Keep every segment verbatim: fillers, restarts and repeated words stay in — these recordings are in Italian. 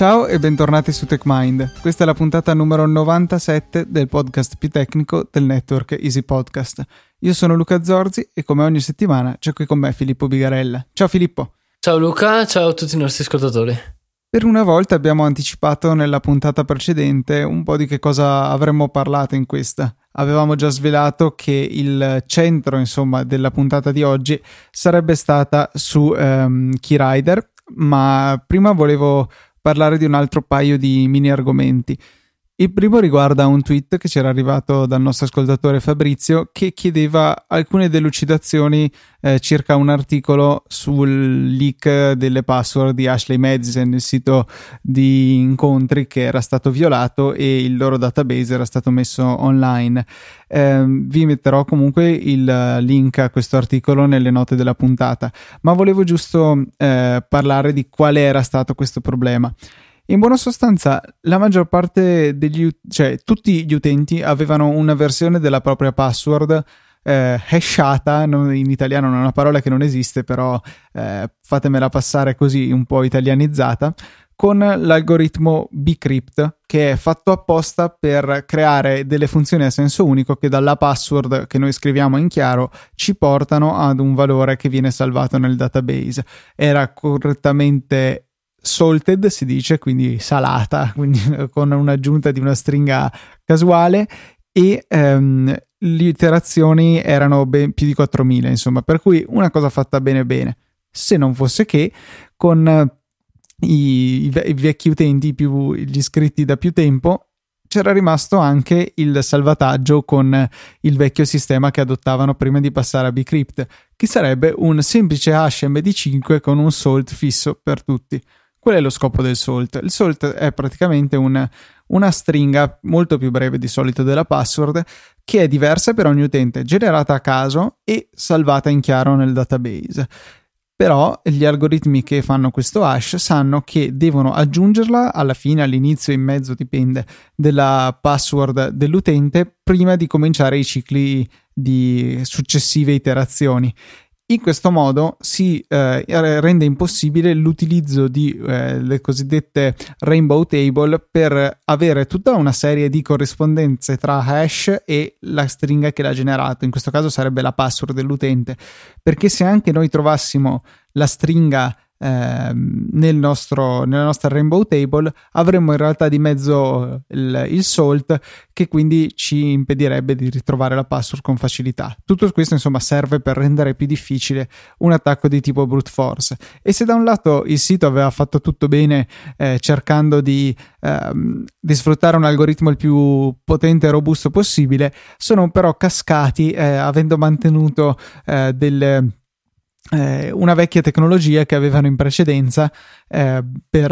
Ciao e bentornati su TechMind. Questa è la puntata numero novantasette del podcast più tecnico del network Easy Podcast. Io sono Luca Zorzi e come ogni settimana c'è qui con me Filippo Bigarella. Ciao Filippo. Ciao Luca, ciao a tutti i nostri ascoltatori. Per una volta abbiamo anticipato nella puntata precedente un po' di che cosa avremmo parlato in questa. Avevamo già svelato che il centro, insomma, della puntata di oggi sarebbe stata su um, Keyrider, ma prima volevo parlare di un altro paio di mini argomenti. Il primo riguarda un tweet che c'era arrivato dal nostro ascoltatore Fabrizio che chiedeva alcune delucidazioni eh, circa un articolo sul leak delle password di Ashley Madison, il sito di incontri che era stato violato e il loro database era stato messo online. Eh, vi metterò comunque il link a questo articolo nelle note della puntata, ma volevo giusto eh, parlare di quale era stato questo problema. In buona sostanza, la maggior parte degli, cioè tutti gli utenti avevano una versione della propria password eh, hashata, non, in italiano non è una parola che non esiste, però eh, fatemela passare così un po' italianizzata, con l'algoritmo bcrypt, che è fatto apposta per creare delle funzioni a senso unico che dalla password che noi scriviamo in chiaro ci portano ad un valore che viene salvato nel database. Era correttamente salted, si dice, quindi salata, quindi con un'aggiunta di una stringa casuale, e ehm, le iterazioni erano ben più di quattromila, insomma, per cui una cosa fatta bene bene. Se non fosse che con i, i, ve- i vecchi utenti, più gli iscritti da più tempo, c'era rimasto anche il salvataggio con il vecchio sistema che adottavano prima di passare a bcrypt, che sarebbe un semplice hash M D cinque con un salt fisso per tutti. Qual è lo scopo del salt? Il salt è praticamente una, una stringa molto più breve di solito della password, che è diversa per ogni utente, generata a caso e salvata in chiaro nel database. Però gli algoritmi che fanno questo hash sanno che devono aggiungerla alla fine, all'inizio, in mezzo, dipende, della password dell'utente prima di cominciare i cicli di successive iterazioni. In questo modo si eh, rende impossibile l'utilizzo di eh, le cosiddette rainbow table per avere tutta una serie di corrispondenze tra hash e la stringa che l'ha generato. In questo caso sarebbe la password dell'utente, perché se anche noi trovassimo la stringa eh, nel nostro, nella nostra rainbow table, avremmo in realtà di mezzo il, il salt, che quindi ci impedirebbe di ritrovare la password con facilità. Tutto questo insomma serve per rendere più difficile un attacco di tipo brute force. E se da un lato il sito aveva fatto tutto bene eh, cercando di, ehm, di sfruttare un algoritmo il più potente e robusto possibile, sono però cascati eh, avendo mantenuto eh, delle Eh, una vecchia tecnologia che avevano in precedenza eh, per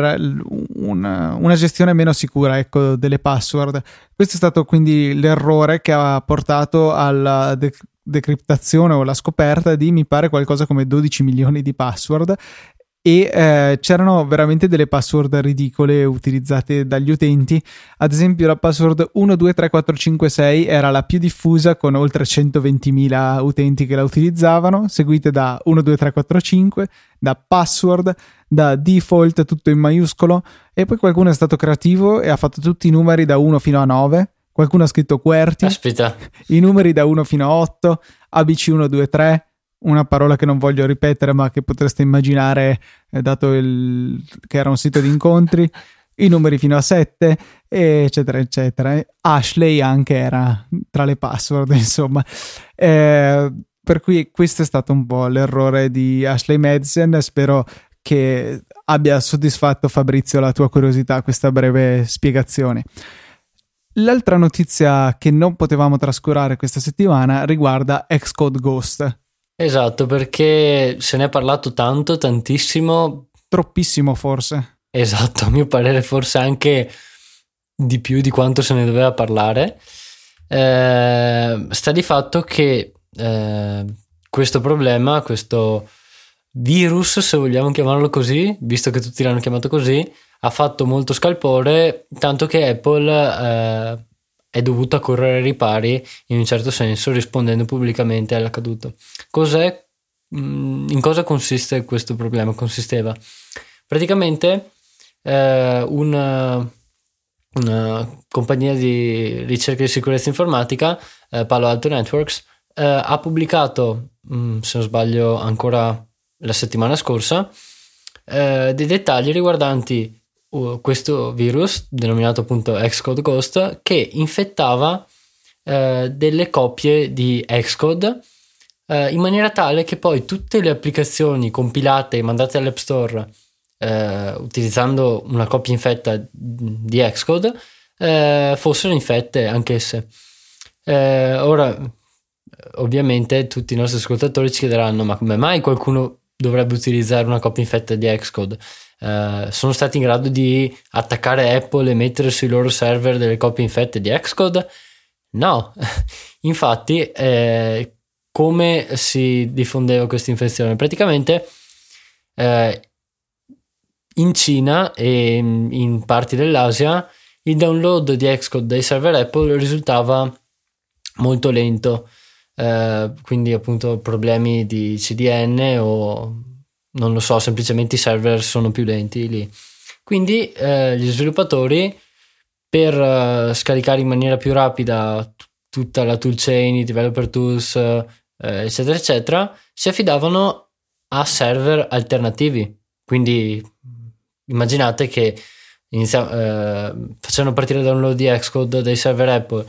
una, una gestione meno sicura, ecco, delle password. Questo è stato quindi l'errore che ha portato alla de- decriptazione o la scoperta di, mi pare, qualcosa come dodici milioni di password. E eh, c'erano veramente delle password ridicole utilizzate dagli utenti. Ad esempio la password uno due tre quattro cinque sei era la più diffusa, con oltre centoventimila utenti che la utilizzavano, seguite da uno due tre quattro cinque, da password, da default tutto in maiuscolo, e poi qualcuno è stato creativo e ha fatto tutti i numeri da uno fino a nove. Qualcuno ha scritto QWERTY. Aspetta. I numeri da uno fino a otto, A B C uno due tre, una parola che non voglio ripetere ma che potreste immaginare eh, dato il, che era un sito di incontri, i numeri fino a sette, eccetera eccetera. Ashley anche era tra le password, insomma. Eh, per cui questo è stato un po' l'errore di Ashley Madison. Spero che abbia soddisfatto, Fabrizio, la tua curiosità questa breve spiegazione. L'altra notizia che non potevamo trascurare questa settimana riguarda Xcode Ghost. Esatto, perché se ne è parlato tanto, tantissimo. Troppissimo forse. Esatto, a mio parere forse anche di più di quanto se ne doveva parlare. Eh, sta di fatto che eh, questo problema, questo virus, se vogliamo chiamarlo così, visto che tutti l'hanno chiamato così, ha fatto molto scalpore, tanto che Apple eh, è dovuta correre ai ripari in un certo senso, rispondendo pubblicamente all'accaduto. Cos'è? In cosa consiste questo problema? Consisteva praticamente eh, una, una compagnia di ricerca di sicurezza informatica, eh, Palo Alto Networks, eh, ha pubblicato, mh, se non sbaglio ancora la settimana scorsa, eh, dei dettagli riguardanti uh, questo virus denominato appunto Xcode Ghost, che infettava eh, delle copie di Xcode eh, in maniera tale che poi tutte le applicazioni compilate e mandate all'App Store eh, utilizzando una copia infetta di Xcode eh, fossero infette anch'esse. Eh, ora ovviamente tutti i nostri ascoltatori ci chiederanno: ma come mai qualcuno dovrebbe utilizzare una copia infetta di Xcode? Uh, sono stati in grado di attaccare Apple e mettere sui loro server delle copie infette di Xcode? No. Infatti eh, come si diffondeva questa infezione? Praticamente eh, in Cina e in parti dell'Asia il download di Xcode dai server Apple risultava molto lento, eh, quindi appunto problemi di C D N o non lo so, semplicemente i server sono più lenti lì. Quindi eh, gli sviluppatori, per uh, scaricare in maniera più rapida t- tutta la toolchain, i developer tools, eh, eccetera eccetera, si affidavano a server alternativi. Quindi immaginate che inizia- eh, facevano partire il download di Xcode dai server Apple,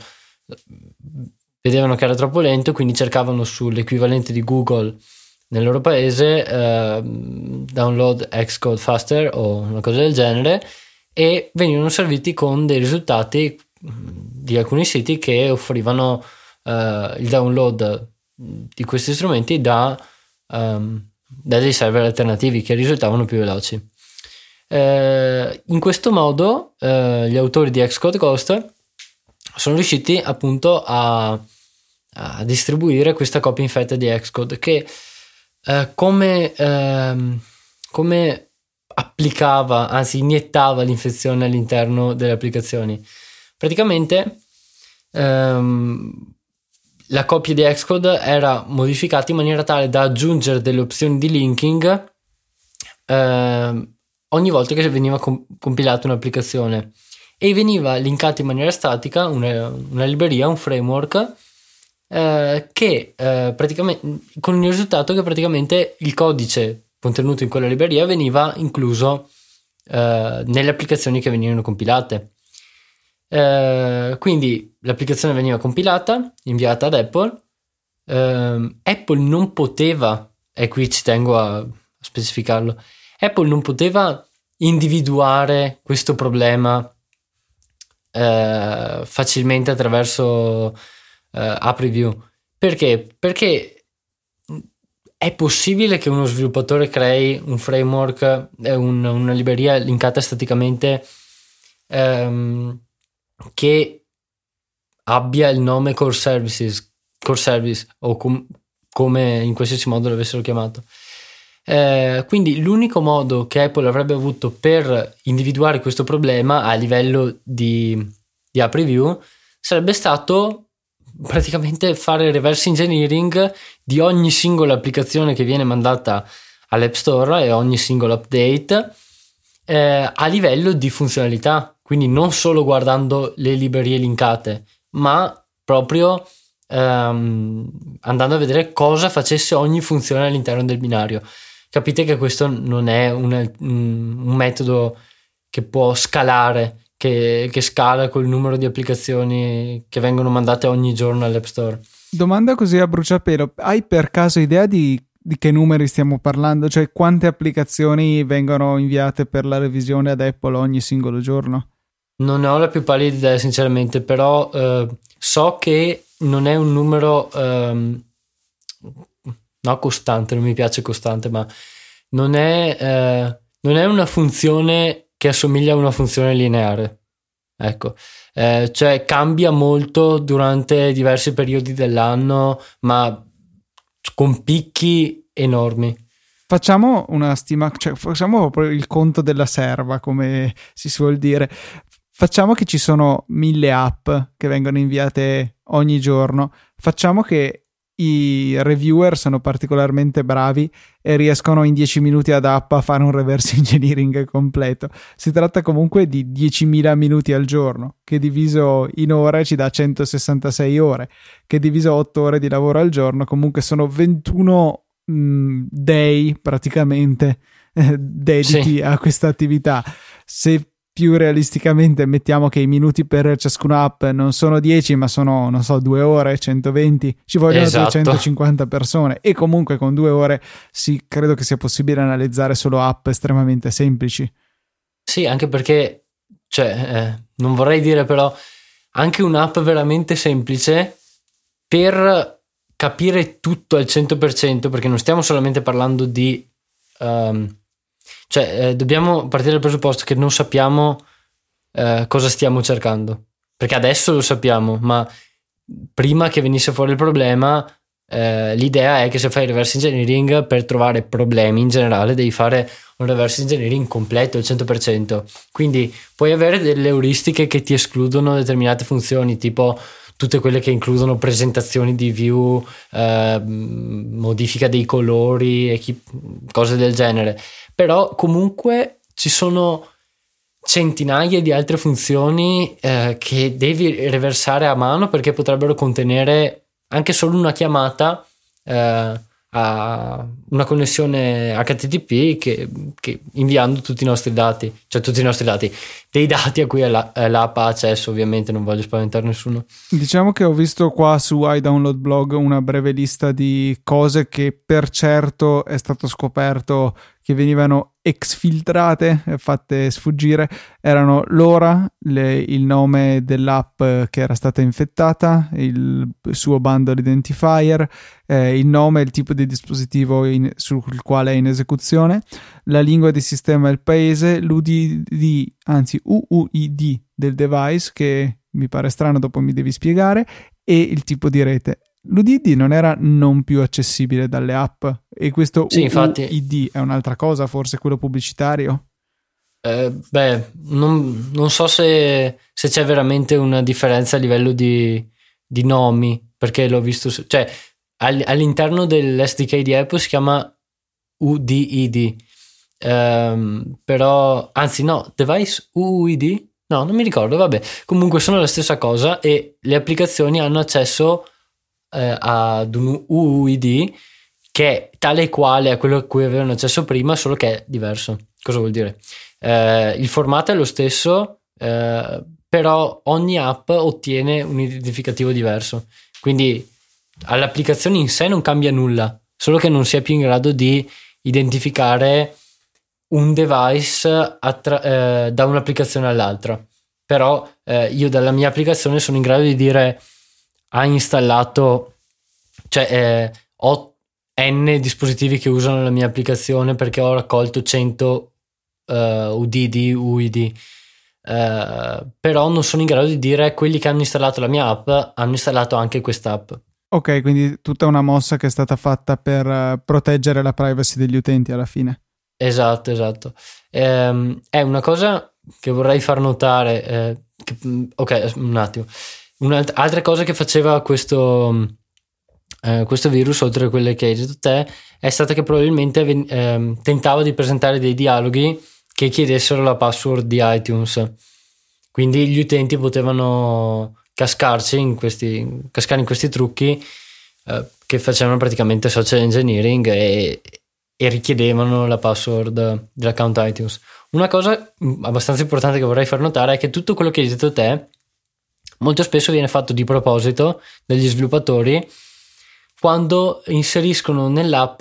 vedevano che era troppo lento, quindi cercavano sull'equivalente di Google nel loro paese eh, download Xcode faster o una cosa del genere, e venivano serviti con dei risultati di alcuni siti che offrivano eh, il download di questi strumenti da, um, da dei server alternativi che risultavano più veloci. Eh, in questo modo eh, gli autori di Xcode Ghost sono riusciti appunto a, a distribuire questa copia infetta di Xcode che Uh, come, uh, come applicava, anzi iniettava l'infezione all'interno delle applicazioni. Praticamente um, la copia di Xcode era modificata in maniera tale da aggiungere delle opzioni di linking uh, ogni volta che veniva com- compilata un'applicazione, e veniva linkata in maniera statica una, una libreria, un framework Uh, che uh, praticamente, con il risultato che praticamente il codice contenuto in quella libreria veniva incluso uh, nelle applicazioni che venivano compilate. Uh, quindi l'applicazione veniva compilata, inviata ad Apple. uh, Apple non poteva, e qui ci tengo a, a specificarlo, Apple non poteva individuare questo problema uh, facilmente attraverso Uh, a preview. Perché? Perché è possibile che uno sviluppatore crei un framework, eh, un, una libreria linkata staticamente um, che abbia il nome core services, core service o com- come in qualsiasi modo l'avessero chiamato. Uh, quindi l'unico modo che Apple avrebbe avuto per individuare questo problema a livello di, di a preview sarebbe stato praticamente fare reverse engineering di ogni singola applicazione che viene mandata all'App Store e ogni singolo update eh, a livello di funzionalità, quindi non solo guardando le librerie linkate, ma proprio ehm, andando a vedere cosa facesse ogni funzione all'interno del binario. Capite che questo non è un, un metodo che può scalare, Che, che scala col numero di applicazioni che vengono mandate ogni giorno all'App Store. Domanda così a bruciapelo: hai per caso idea di, di che numeri stiamo parlando? Cioè quante applicazioni vengono inviate per la revisione ad Apple ogni singolo giorno? Non ne ho la più pallida idea sinceramente, però eh, so che non è un numero ehm, no costante, non mi piace costante, ma non è, eh, non è una funzione che assomiglia a una funzione lineare, ecco, eh, cioè cambia molto durante diversi periodi dell'anno, ma con picchi enormi. Facciamo una stima, cioè facciamo proprio il conto della serva, come si suol dire. Facciamo che ci sono mille app che vengono inviate ogni giorno. Facciamo che i reviewer sono particolarmente bravi e riescono in dieci minuti ad app a fare un reverse engineering completo. Si tratta comunque di diecimila minuti al giorno, che diviso in ore ci dà centosessantasei ore, che diviso otto ore di lavoro al giorno comunque sono ventuno mh, day praticamente eh, dediti sì. a questa attività. Se più realisticamente mettiamo che i minuti per ciascuna app non sono dieci ma sono, non so, due ore, centoventi, ci vogliono esatto. duecentocinquanta persone, e comunque con due ore sì, credo che sia possibile analizzare solo app estremamente semplici. Sì, anche perché cioè eh, non vorrei dire, però anche un'app veramente semplice, per capire tutto al cento per cento, perché non stiamo solamente parlando di um, cioè eh, dobbiamo partire dal presupposto che non sappiamo eh, cosa stiamo cercando, perché adesso lo sappiamo, ma prima che venisse fuori il problema eh, l'idea è che se fai reverse engineering per trovare problemi in generale devi fare un reverse engineering completo al cento per cento, quindi puoi avere delle euristiche che ti escludono determinate funzioni, tipo tutte quelle che includono presentazioni di view, eh, modifica dei colori e chi, cose del genere. Però comunque ci sono centinaia di altre funzioni eh, che devi reversare a mano, perché potrebbero contenere anche solo una chiamata eh, a una connessione H T T P che, che inviando tutti i nostri dati, cioè tutti i nostri dati, dei dati a cui la, l'app ha accesso. Ovviamente non voglio spaventare nessuno. Diciamo che ho visto qua su iDownload Blog una breve lista di cose che per certo è stato scoperto che venivano exfiltrate, fatte sfuggire. Erano l'ora, le, il nome dell'app che era stata infettata, il suo bundle identifier, eh, il nome e il tipo di dispositivo in, sul quale è in esecuzione, la lingua di sistema e il paese, l'U D D, anzi U U I D del device, che mi pare strano, dopo mi devi spiegare, e il tipo di rete. L'U D D non era non più accessibile dalle app, e questo sì, U U I D infatti è un'altra cosa, forse quello pubblicitario? Eh, beh, non, non so se, se c'è veramente una differenza a livello di, di nomi, perché l'ho visto, cioè all'interno dell'S D K di Apple si chiama U D I D, ehm, però anzi no, device U U I D? No, non mi ricordo, vabbè, comunque sono la stessa cosa, e le applicazioni hanno accesso eh, ad un U U I D che è tale e quale a quello a cui avevano accesso prima, solo che è diverso. Cosa vuol dire? Eh, il formato è lo stesso, eh, però ogni app ottiene un identificativo diverso, quindi all'applicazione in sé non cambia nulla, solo che non si è più in grado di identificare un device attra- eh, da un'applicazione all'altra. Però eh, io dalla mia applicazione sono in grado di dire ha installato, cioè eh, ho n dispositivi che usano la mia applicazione perché ho raccolto cento uh, U D D, U I D, uh, però non sono in grado di dire quelli che hanno installato la mia app hanno installato anche quest'app. Ok, quindi tutta una mossa che è stata fatta per uh, proteggere la privacy degli utenti alla fine. Esatto, esatto. Ehm, è una cosa che vorrei far notare, eh, che, ok, un attimo. Un'altra altra cosa che faceva questo, eh, questo virus, oltre a quelle che hai detto te, è stata che probabilmente ven- ehm, tentava di presentare dei dialoghi che chiedessero la password di iTunes. Quindi gli utenti potevano cascarci in questi, cascare in questi trucchi eh, che facevano praticamente social engineering e e richiedevano la password dell'account iTunes. Una cosa abbastanza importante che vorrei far notare è che tutto quello che hai detto te molto spesso viene fatto di proposito dagli sviluppatori quando inseriscono nell'app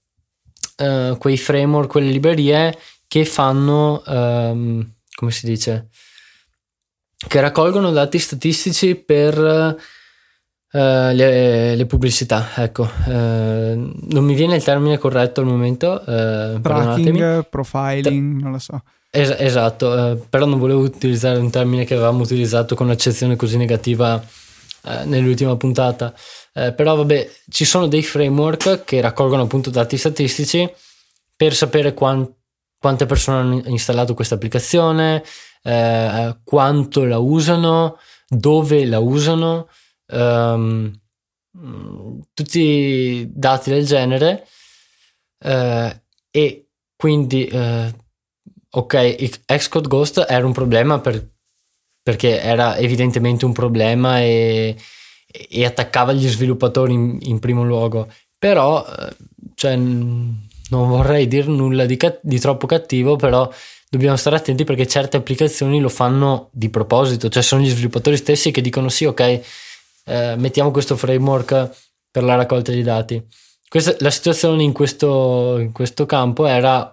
uh, quei framework, quelle librerie che fanno um, come si dice, che raccolgono dati statistici per Uh, le, le pubblicità, ecco, uh, non mi viene il termine corretto al momento, uh, tracking, profiling, non lo so. Es- esatto, uh, però non volevo utilizzare un termine che avevamo utilizzato con un'accezione così negativa uh, nell'ultima puntata, uh, però vabbè, ci sono dei framework che raccolgono appunto dati statistici per sapere quant- quante persone hanno installato questa applicazione, uh, quanto la usano, dove la usano. Um, mh, tutti dati del genere, eh, e quindi eh, ok, Xcode Ghost era un problema per, perché era evidentemente un problema e, e attaccava gli sviluppatori in, in primo luogo, però eh, cioè, non vorrei dire nulla di, cat- di troppo cattivo, però dobbiamo stare attenti perché certe applicazioni lo fanno di proposito, cioè sono gli sviluppatori stessi che dicono sì, ok, eh, mettiamo questo framework per la raccolta di dati. Questa, la situazione in questo, in questo campo era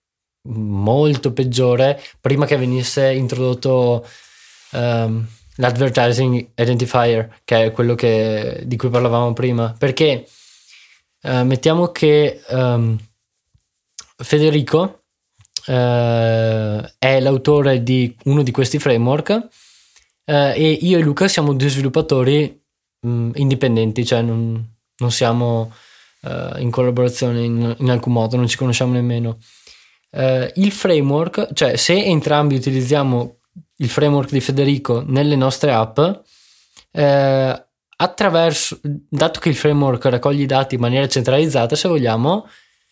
molto peggiore prima che venisse introdotto um, l'advertising identifier, che è quello che, di cui parlavamo prima, perché uh, mettiamo che um, Federico uh, è l'autore di uno di questi framework, uh, e io e Luca siamo due sviluppatori um, indipendenti, cioè non, non siamo uh, in collaborazione in, in alcun modo, non ci conosciamo nemmeno. Uh, il framework, cioè se entrambi utilizziamo il framework di Federico nelle nostre app, uh, attraverso, dato che il framework raccoglie i dati in maniera centralizzata, se vogliamo,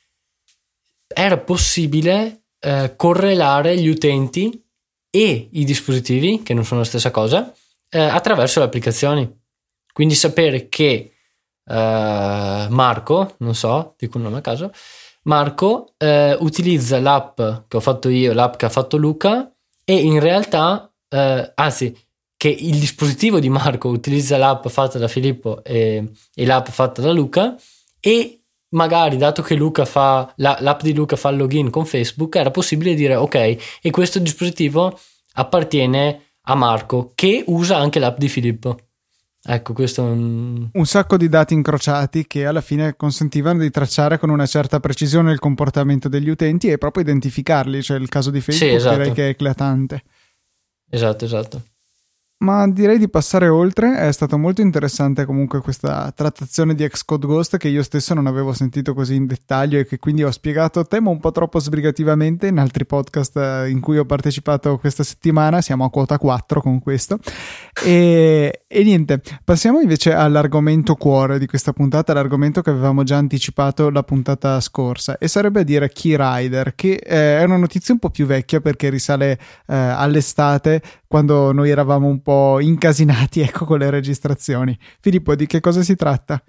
era possibile uh, correlare gli utenti e i dispositivi, che non sono la stessa cosa, uh, attraverso le applicazioni. Quindi sapere che uh, Marco, non so, dico un nome a caso, Marco eh, utilizza l'app che ho fatto io, l'app che ha fatto Luca, e in realtà, eh, anzi, che il dispositivo di Marco utilizza l'app fatta da Filippo e, e l'app fatta da Luca, e magari, dato che Luca fa la, l'app di Luca fa il login con Facebook, era possibile dire ok, e questo dispositivo appartiene a Marco, che usa anche l'app di Filippo. Ecco, questo è un... un sacco di dati incrociati che alla fine consentivano di tracciare con una certa precisione il comportamento degli utenti e proprio identificarli, cioè il caso di Facebook, sì, esatto, direi che è eclatante. Esatto, esatto. Ma direi di passare oltre. È stato molto interessante comunque questa trattazione di Xcode Ghost, che io stesso non avevo sentito così in dettaglio e che quindi ho spiegato a te, ma un po' troppo sbrigativamente in altri podcast in cui ho partecipato questa settimana. Siamo a quota quattro con questo e, e niente, passiamo invece all'argomento cuore di questa puntata, l'argomento che avevamo già anticipato la puntata scorsa, e sarebbe a dire Keyrider, che è una notizia un po' più vecchia perché risale eh, all'estate, quando noi eravamo un po' incasinati, ecco, con le registrazioni. Filippo, di che cosa si tratta?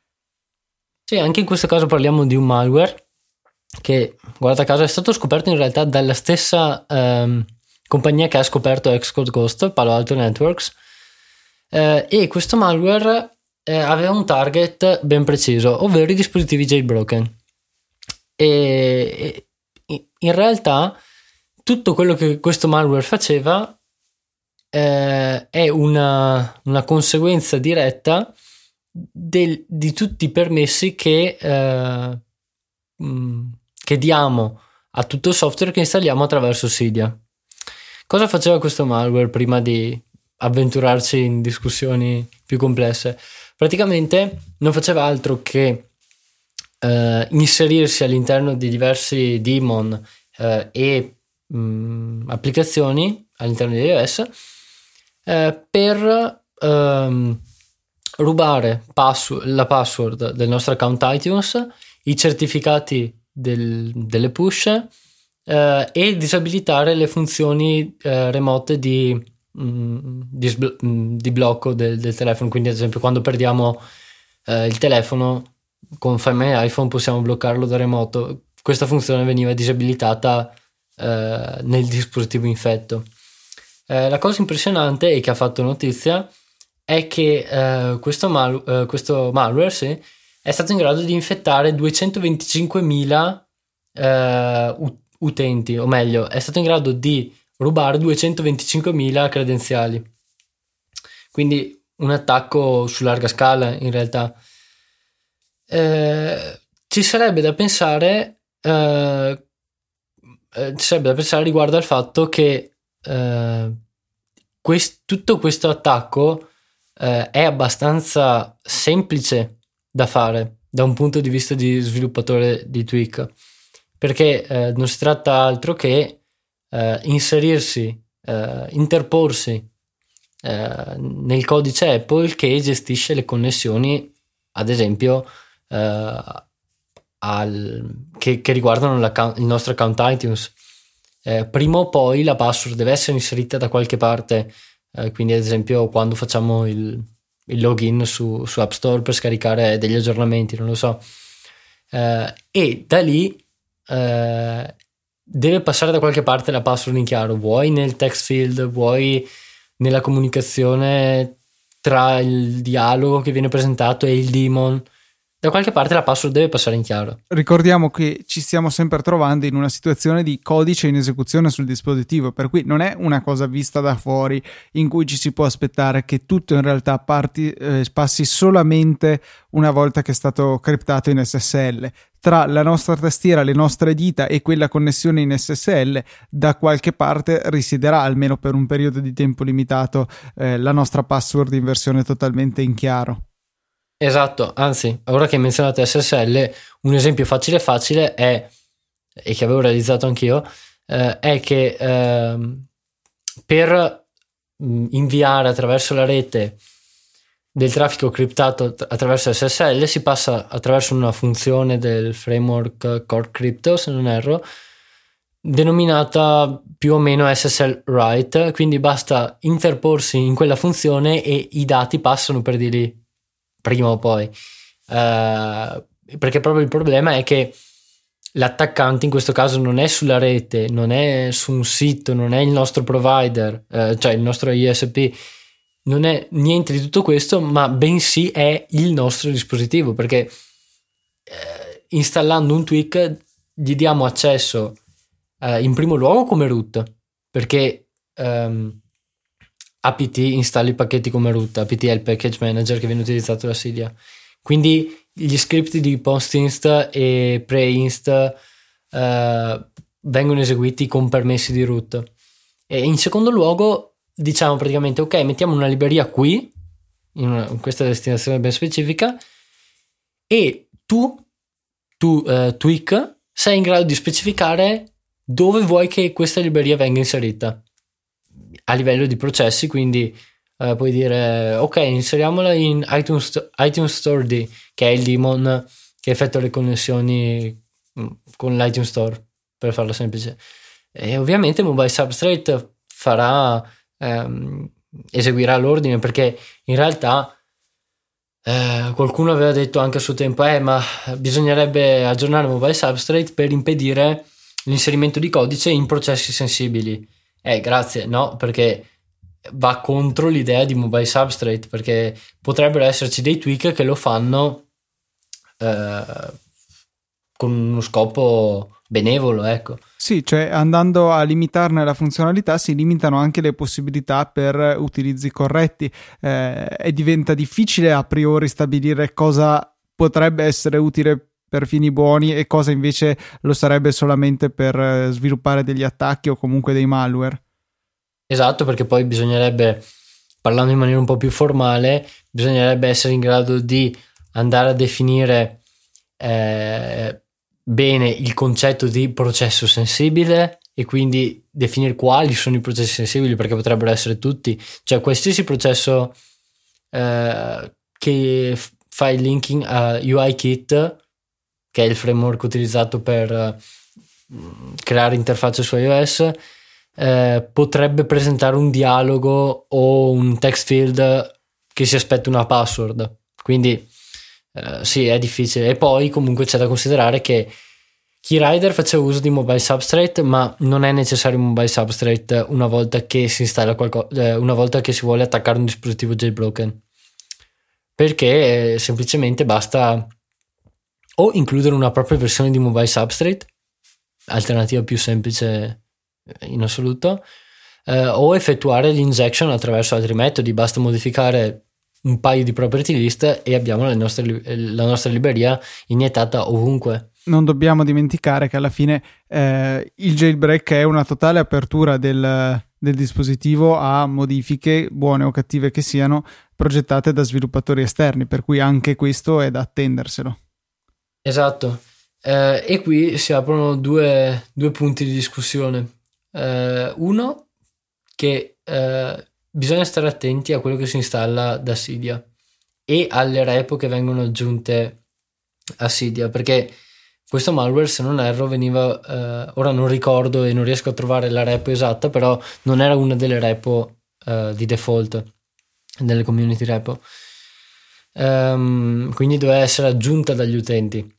Sì, anche in questo caso parliamo di un malware che, guarda caso, è stato scoperto in realtà dalla stessa ehm, compagnia che ha scoperto Xcode Ghost, Palo Alto Networks, eh, e questo malware eh, aveva un target ben preciso, ovvero i dispositivi jailbroken. E, e in realtà tutto quello che questo malware faceva Eh, è una, una conseguenza diretta del, di tutti i permessi che, eh, mh, che diamo a tutto il software che installiamo attraverso Cydia. Cosa faceva questo malware prima di avventurarci in discussioni più complesse? Praticamente non faceva altro che eh, inserirsi all'interno di diversi daemon eh, e mh, applicazioni all'interno di iOS Eh, per ehm, rubare pass- la password del nostro account iTunes, i certificati del, delle push eh, e disabilitare le funzioni eh, remote di, mh, di, sblo- mh, di blocco del, del telefono. Quindi ad esempio quando perdiamo eh, il telefono con Find My iPhone possiamo bloccarlo da remoto. Questa funzione veniva disabilitata eh, nel dispositivo infetto. Eh, la cosa impressionante e che ha fatto notizia è che eh, questo, mal- eh, questo malware sì, è stato in grado di infettare duecentoventicinquemila eh, ut- utenti, o meglio, è stato in grado di rubare duecentoventicinquemila credenziali. Quindi un attacco su larga scala, in realtà. Eh, ci sarebbe da pensare, eh, eh, ci sarebbe da pensare riguardo al fatto che Uh, quest- tutto questo attacco uh, è abbastanza semplice da fare da un punto di vista di sviluppatore di Tweak, perché uh, non si tratta altro che uh, inserirsi, uh, interporsi uh, nel codice Apple che gestisce le connessioni ad esempio eh, al, che, che riguardano il nostro account iTunes. Eh, prima o poi la password deve essere inserita da qualche parte, eh, quindi ad esempio quando facciamo il, il login su, su App Store per scaricare degli aggiornamenti, non lo so, eh, e da lì eh, deve passare da qualche parte la password in chiaro, vuoi nel text field, vuoi nella comunicazione tra il dialogo che viene presentato e il daemon. Da qualche parte la password deve passare in chiaro. Ricordiamo che ci stiamo sempre trovando in una situazione di codice in esecuzione sul dispositivo, per cui non è una cosa vista da fuori in cui ci si può aspettare che tutto in realtà parti, eh, passi solamente una volta che è stato criptato in S S L. Tra la nostra tastiera, le nostre dita e quella connessione in S S L, da qualche parte risiederà, almeno per un periodo di tempo limitato, eh, la nostra password in versione totalmente in chiaro. Esatto, anzi, ora che hai menzionato S S L, un esempio facile facile è, e che avevo realizzato anch'io, eh, è che eh, per inviare attraverso la rete del traffico criptato attraverso S S L si passa attraverso una funzione del framework Core Crypto, se non erro, denominata più o meno S S L write, quindi basta interporsi in quella funzione e i dati passano per di lì prima o poi, uh, perché proprio il problema è che l'attaccante in questo caso non è sulla rete, non è su un sito, non è il nostro provider, uh, cioè il nostro I S P, non è niente di tutto questo, ma bensì è il nostro dispositivo, perché uh, installando un tweak gli diamo accesso uh, in primo luogo come root, perché um, apt installi i pacchetti come root. Apt è il package manager che viene utilizzato da Cydia, quindi gli script di post-inst e pre-inst eh, vengono eseguiti con permessi di root. E in secondo luogo diciamo praticamente ok, mettiamo una libreria qui in, una, in questa destinazione ben specifica, e tu tu eh, tweak sei in grado di specificare dove vuoi che questa libreria venga inserita a livello di processi, quindi uh, puoi dire ok, inseriamola in iTunes, iTunes Store D, che è il daemon che effettua le connessioni con l'iTunes Store, per farlo semplice, e ovviamente Mobile Substrate farà um, eseguirà l'ordine, perché in realtà eh, qualcuno aveva detto anche a suo tempo eh ma bisognerebbe aggiornare Mobile Substrate per impedire l'inserimento di codice in processi sensibili. Eh, grazie, no, perché va contro l'idea di Mobile Substrate, perché potrebbero esserci dei tweak che lo fanno eh, con uno scopo benevolo, ecco. Sì, cioè andando a limitarne la funzionalità si limitano anche le possibilità per utilizzi corretti, eh, e diventa difficile a priori stabilire cosa potrebbe essere utile per fini buoni e cosa invece lo sarebbe solamente per sviluppare degli attacchi o comunque dei malware. Esatto, perché poi bisognerebbe, parlando in maniera un po' più formale, bisognerebbe essere in grado di andare a definire eh, bene il concetto di processo sensibile, e quindi definire quali sono i processi sensibili, perché potrebbero essere tutti, cioè qualsiasi processo eh, che fa il linking a UIKit, che è il framework utilizzato per uh, creare interfacce su iOS, eh, potrebbe presentare un dialogo o un text field che si aspetta una password, quindi uh, sì, è difficile. E poi comunque c'è da considerare che Keyrider faceva uso di Mobile Substrate, ma non è necessario un Mobile Substrate una volta che si installa qualcosa, eh, una volta che si vuole attaccare un dispositivo jailbroken, perché eh, semplicemente basta o includere una propria versione di Mobile Substrate, alternativa più semplice in assoluto, eh, o effettuare l'injection attraverso altri metodi. Basta modificare un paio di property list e abbiamo la nostra, la nostra libreria iniettata ovunque. Non dobbiamo dimenticare che alla fine eh, il jailbreak è una totale apertura del, del dispositivo a modifiche, buone o cattive che siano, progettate da sviluppatori esterni, per cui anche questo è da attenderselo. Esatto, eh, e qui si aprono due, due punti di discussione. Eh, uno, che eh, bisogna stare attenti a quello che si installa da Cydia, e alle repo che vengono aggiunte a Cydia, perché questo malware, se non erro, veniva eh, ora non ricordo e non riesco a trovare la repo esatta, però non era una delle repo eh, di default delle community repo, um, quindi doveva essere aggiunta dagli utenti.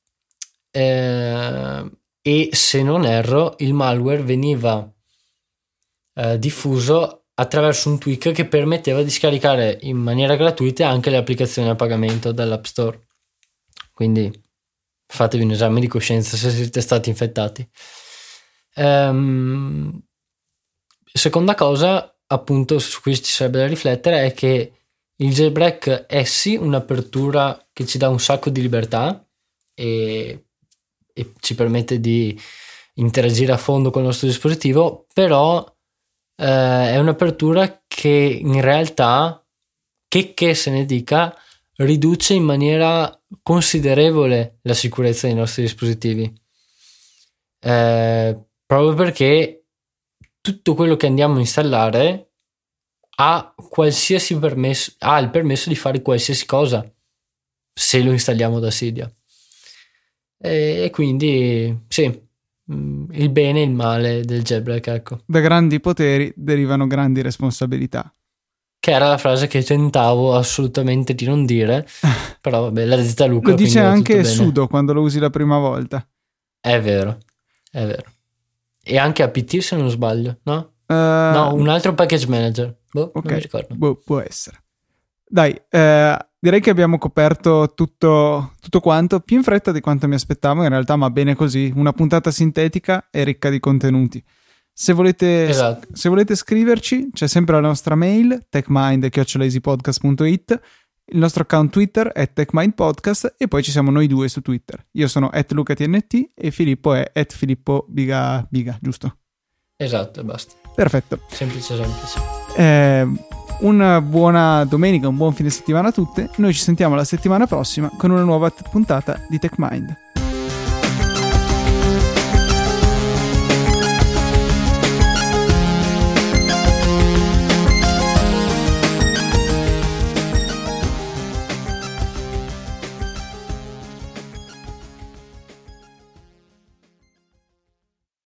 Eh, e se non erro, il malware veniva eh, diffuso attraverso un tweak che permetteva di scaricare in maniera gratuita anche le applicazioni a pagamento dall'App Store. Quindi fatevi un esame di coscienza se siete stati infettati. Um, seconda cosa, appunto, su cui ci sarebbe da riflettere, è che il jailbreak è sì un'apertura che ci dà un sacco di libertà e, e ci permette di interagire a fondo con il nostro dispositivo, però eh, è un'apertura che in realtà, che, che se ne dica, riduce in maniera considerevole la sicurezza dei nostri dispositivi, eh, proprio perché tutto quello che andiamo a installare ha qualsiasi permesso, ha il permesso di fare qualsiasi cosa se lo installiamo da Cydia, e, e quindi sì, il bene e il male del jailbreak, ecco. Da grandi poteri derivano grandi responsabilità, che era la frase che tentavo assolutamente di non dire, però vabbè, l'ha detta Luca. Lo dice anche sudo quando lo usi la prima volta. È vero, è vero. E anche A P T, se non sbaglio, no? Uh, no, un altro package manager. Boh, okay. Non mi ricordo. Boh, può essere. Dai, eh, direi che abbiamo coperto tutto, tutto quanto, più in fretta di quanto mi aspettavo in realtà, ma bene così. Una puntata sintetica e ricca di contenuti. Se volete, esatto. se volete scriverci, c'è sempre la nostra mail, techmind chiocciola easypodcast punto it, il nostro account Twitter è techmindpodcast e poi ci siamo noi due su Twitter. Io sono at lucatnt e Filippo è at filippo biga, biga, giusto? Esatto, basta. Perfetto. Semplice, semplice. Eh, una buona domenica, un buon fine settimana a tutte. Noi ci sentiamo la settimana prossima con una nuova puntata di TechMind.